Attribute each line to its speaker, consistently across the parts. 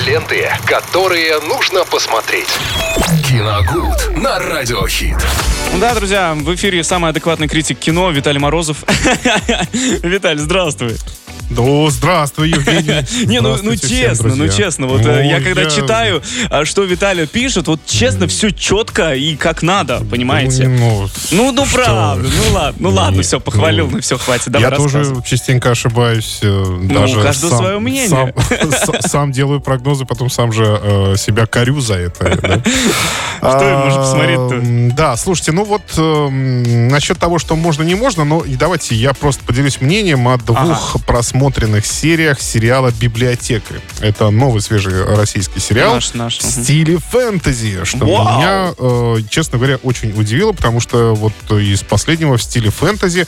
Speaker 1: Ленты, которые нужно посмотреть. Киногуд на Радиохит.
Speaker 2: Да, друзья, в эфире самый адекватный критик кино Виталий Морозов. Виталий, здравствуй.
Speaker 3: Да, здравствуй, Евгений.
Speaker 2: Не, честно, вот я когда читаю, что Виталий пишет, вот честно, все четко и как надо, понимаете? Правда, ладно, все, похвалил, все, хватит, давай рассказывай.
Speaker 3: Я тоже частенько ошибаюсь.
Speaker 2: У каждого свое мнение.
Speaker 3: Сам делаю прогнозы, потом сам же себя корю за это.
Speaker 2: Что я можно посмотреть-то?
Speaker 3: Да, слушайте, насчет того, что можно, не можно, давайте я просто поделюсь мнением о двух просмотренных сериях сериала «Библиотекарь». Это новый свежий российский сериал в стиле фэнтези, что меня, честно говоря, очень удивило, потому что вот из последнего в стиле фэнтези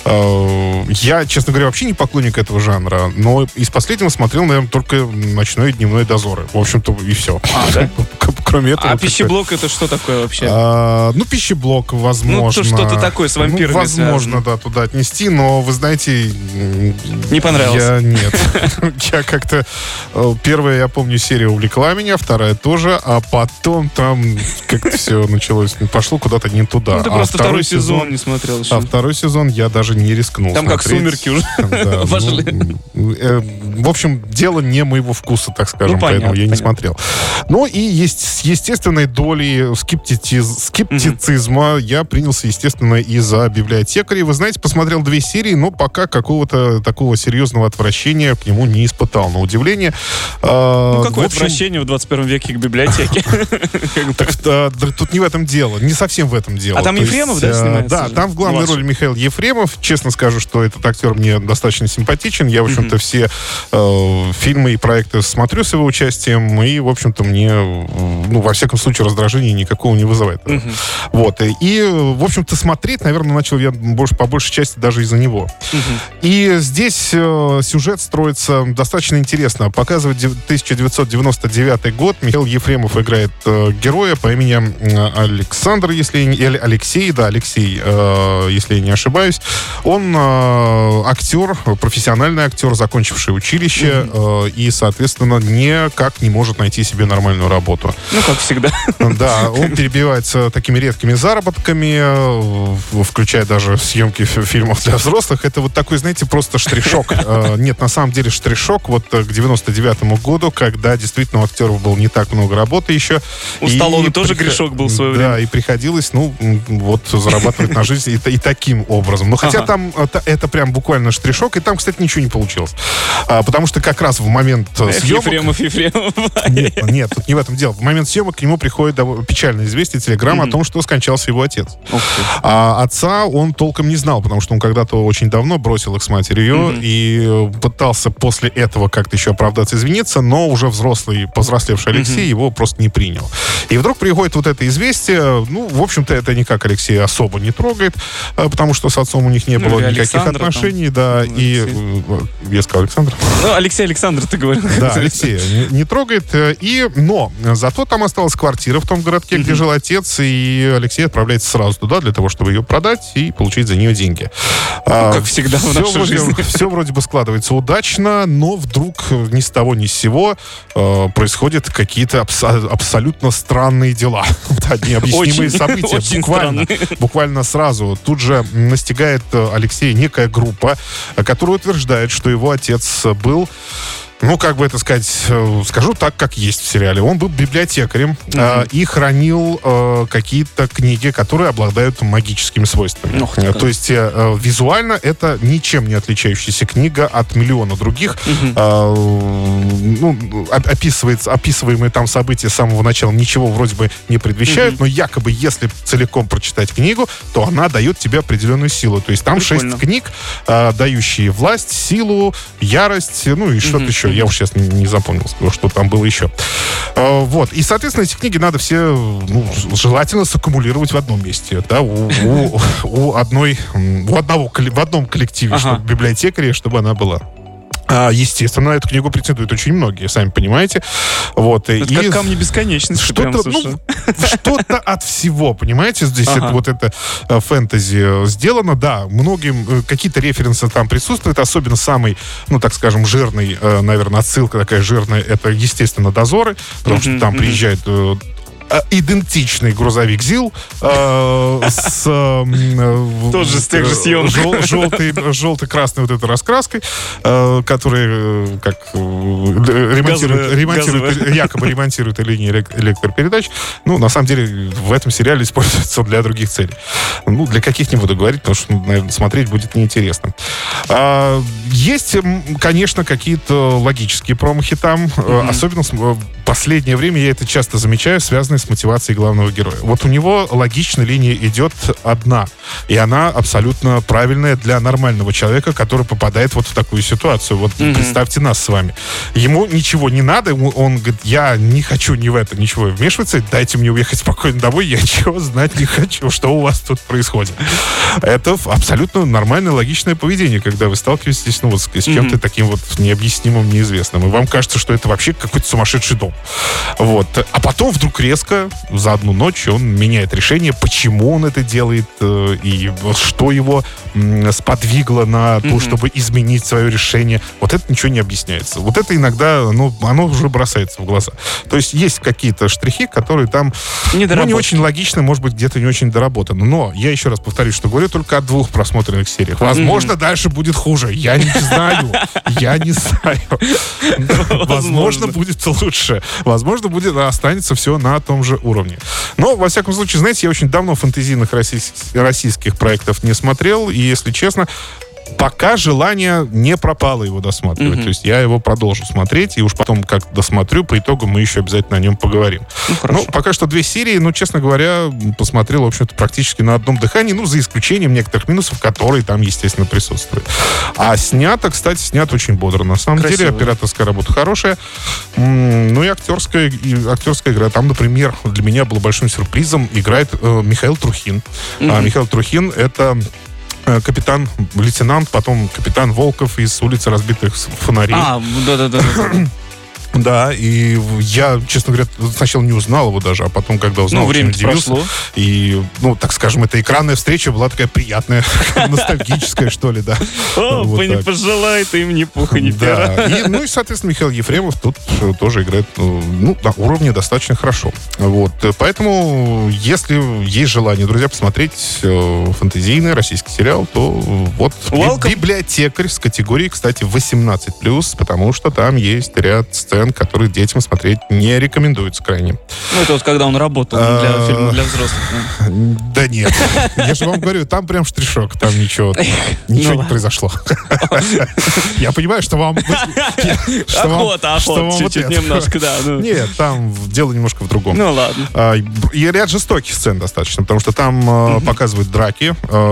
Speaker 3: я, честно говоря, вообще не поклонник этого жанра, но из последнего смотрел, наверное, только «Ночной и дневной дозоры». В общем-то, и все.
Speaker 2: Да?
Speaker 3: Кроме этого...
Speaker 2: А пищеблок это что такое вообще?
Speaker 3: Пищеблок, возможно.
Speaker 2: Что-то такое с вампирами
Speaker 3: возможно, да, туда отнести, но, вы знаете...
Speaker 2: Не понравилось?
Speaker 3: Нет. Я как-то... Первая, я помню, серия увлекла меня, вторая тоже, а потом там как-то все началось... Пошло куда-то не туда.
Speaker 2: Ты просто второй сезон не смотрел еще.
Speaker 3: А второй сезон я даже не рискнул
Speaker 2: там
Speaker 3: смотреть.
Speaker 2: Как «Сумерки» уже пошли.
Speaker 3: В общем, дело не моего вкуса, так скажем, поэтому я не смотрел. И есть естественной долей скептицизма я принялся, естественно, и за «Библиотекаря». Вы знаете, посмотрел 2 серии, но пока какого-то такого серьезного отвращения к нему не испытал. На удивление...
Speaker 2: какое отвращение в 21 веке к библиотеке?
Speaker 3: Тут не в этом дело. Не совсем в этом дело.
Speaker 2: А там Ефремов, да, снимается?
Speaker 3: Да, там в главной роли Михаил Ефремов. Честно скажу, что этот актер мне достаточно симпатичен. Я, в общем-то, все фильмы и проекты смотрю с его участием. И, в общем-то, мне, во всяком случае, раздражения никакого не вызывает. Вот. И, в общем-то, смотреть, наверное, начал я по большей части даже из-за него. И здесь сюжет строится достаточно интересно. Показывает 1999 год. Михаил Ефремов играет героя по имени Александр, Алексей, если я не ошибаюсь. Он актер, профессиональный актер, закончивший училище, и, соответственно, никак не может найти себе нормальную работу.
Speaker 2: Как всегда.
Speaker 3: Да, он перебивается такими редкими заработками, включая даже съемки фильмов для взрослых. Это вот такой, знаете, просто штришок. Нет, на самом деле штришок вот к 99-му году, когда действительно у актеров было не так много работы еще.
Speaker 2: У Сталлоне тоже грешок был в свое время.
Speaker 3: Да, и приходилось, зарабатывать на жизнь и таким образом. Но хотя там это прям буквально штришок, и там, кстати, ничего не получилось. Потому что как раз в момент съемок...
Speaker 2: Ефремов.
Speaker 3: Нет, тут не в этом дело. В момент съемок к нему приходит печальное известие, телеграмма о том, что скончался его отец. А отца он толком не знал, потому что он когда-то очень давно бросил их с матерью и пытался после этого как-то еще оправдаться, извиниться, но уже повзрослевший Алексей его просто не принял. И вдруг приходит вот это известие. В общем-то, это никак Алексея особо не трогает, потому что с отцом у них не было никаких отношений. Я сказал Александр.
Speaker 2: Александр, ты говорил.
Speaker 3: Да, Алексея не трогает. Но зато там осталась квартира в том городке, где жил отец, и Алексей отправляется сразу туда для того, чтобы ее продать и получить за нее деньги.
Speaker 2: Как всегда в нашей жизни.
Speaker 3: Все вроде бы складывается удачно, но вдруг ни с того ни с сего происходят какие-то абсолютно странные дела. Необъяснимые события. Буквально сразу. Тут же настигает Алексея некая группа, которая утверждает, что его отец был... как бы это сказать, скажу так, как есть в сериале. Он был библиотекарем и хранил какие-то книги, которые обладают магическими свойствами. То есть визуально это ничем не отличающаяся книга от миллиона других. Описываемые там события с самого начала ничего вроде бы не предвещают, но якобы если целиком прочитать книгу, то она дает тебе определенную силу. То есть там 6 книг, дающие власть, силу, ярость, и что-то еще. Я уж сейчас не запомнил, что там было еще. Вот. И, соответственно, эти книги надо все желательно саккумулировать в одном месте. Да, в одном коллективе, чтобы библиотекаря, чтобы она была. Естественно, на эту книгу претендуют очень многие, сами понимаете. Вот.
Speaker 2: Это как камни бесконечности.
Speaker 3: Что-то от всего, понимаете? Здесь вот это фэнтези сделано. Да, многим какие-то референсы там присутствуют. Особенно самый, так скажем, жирный, наверное, отсылка такая жирная, это, естественно, «Дозоры», потому что там приезжает идентичный грузовик ЗИЛ с
Speaker 2: тоже с тех же съемок.
Speaker 3: Желто-красной вот этой раскраской, которая как якобы ремонтирует линии электропередач. На самом деле в этом сериале используется для других целей. Для каких не буду говорить, потому что, наверное, смотреть будет неинтересно. Есть, конечно, какие-то логические промахи там. Особенно в последнее время я это часто замечаю, связанные с мотивацией главного героя. Вот у него логичная линия идет одна. И она абсолютно правильная для нормального человека, который попадает вот в такую ситуацию. Вот представьте нас с вами. Ему ничего не надо, он говорит, я не хочу ни в это ничего вмешиваться, дайте мне уехать спокойно домой, я ничего знать не хочу, что у вас тут происходит. Это абсолютно нормальное, логичное поведение, когда вы сталкиваетесь с чем-то таким вот необъяснимым, неизвестным. И вам кажется, что это вообще какой-то сумасшедший дом. Вот. А потом вдруг резко за одну ночь он меняет решение, почему он это делает и что его сподвигло на то, чтобы изменить свое решение. Вот это ничего не объясняется. Вот это иногда, оно уже бросается в глаза. То есть есть какие-то штрихи, которые там не очень логично, может быть, где-то не очень доработаны. Но я еще раз повторюсь, что говорю только о 2 просмотренных сериях. Возможно, дальше будет хуже. Я не знаю. Возможно, будет лучше. Возможно, останется все на том же уровне. Но, во всяком случае, знаете, я очень давно фэнтезийных российских проектов не смотрел, и, если честно, пока желание не пропало его досматривать. То есть я его продолжу смотреть, и уж потом, как досмотрю, по итогу мы еще обязательно о нем поговорим. Пока что 2 серии, честно говоря, посмотрел, в общем-то, практически на одном дыхании, за исключением некоторых минусов, которые там, естественно, присутствуют. А снято очень бодро. На самом деле, операторская работа хорошая. И актерская игра. Там, например, для меня было большим сюрпризом играет Михаил Трухин. Михаил Трухин — это лейтенант, потом капитан Волков из «Улицы разбитых фонарей».
Speaker 2: Да.
Speaker 3: Да, и я, честно говоря, сначала не узнал его даже, а потом, когда узнал, очень удивился. Прошло. И, так скажем, эта экранная встреча была такая приятная, ностальгическая, что ли, да.
Speaker 2: Не пожелай ты им ни пуха, ни пера.
Speaker 3: И, соответственно, Михаил Ефремов тут тоже играет, на уровне достаточно хорошо. Вот, поэтому, если есть желание, друзья, посмотреть фэнтезийный российский сериал, то вот «Библиотекарь» с категорией, кстати, 18+, потому что там есть ряд сцен, которые детям смотреть не рекомендуется крайне.
Speaker 2: Это вот когда он работал для фильма для взрослых.
Speaker 3: Да нет. Я же вам говорю, там прям штришок, там ничего не произошло. Я понимаю, что вам...
Speaker 2: Охота, чуть-чуть немножко, да.
Speaker 3: Нет, там дело немножко в другом.
Speaker 2: Ладно.
Speaker 3: И ряд жестоких сцен достаточно, потому что там показывают драки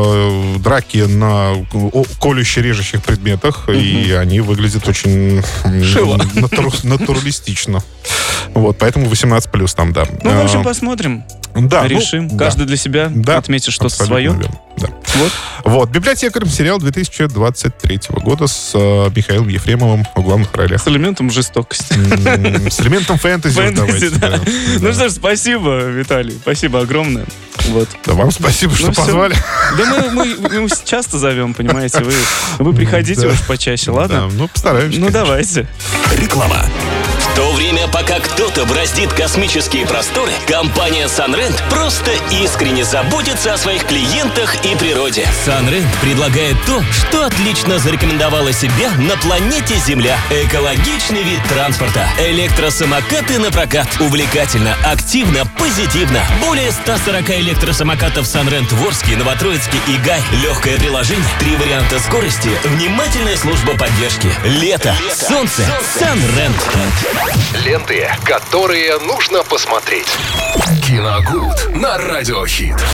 Speaker 3: на колюще-режущих предметах, и они выглядят очень натуралистично. Вот, поэтому 18+, там, да.
Speaker 2: В общем, посмотрим.
Speaker 3: Да,
Speaker 2: решим. Каждый для себя отметит что-то свое.
Speaker 3: Да. Вот. «Библиотекарь» сериал 2023 года с Михаилом Ефремовым в главных ролях.
Speaker 2: С элементом жестокости.
Speaker 3: С элементом фэнтези.
Speaker 2: Да. Что ж, спасибо, Виталий. Спасибо огромное. Вот.
Speaker 3: Да вам спасибо, что позвали.
Speaker 2: Да мы часто зовем, понимаете. Вы приходите уж почаще, ладно?
Speaker 3: Да, постараемся.
Speaker 2: Давайте.
Speaker 1: Реклама. В то время, пока кто-то бороздит космические просторы, компания Sunrent просто искренне заботится о своих клиентах и природе. Sunrent предлагает то, что отлично зарекомендовало себя на планете Земля. Экологичный вид транспорта. Электросамокаты на прокат. Увлекательно, активно, позитивно. Более 140 электросамокатов Sunrent в Орске, Новотроицке и Гай. Легкое приложение, 3 варианта скорости, внимательная служба поддержки. Лето, солнце, Sunrent. Ленты, которые нужно посмотреть. Киногуд на Радиохит.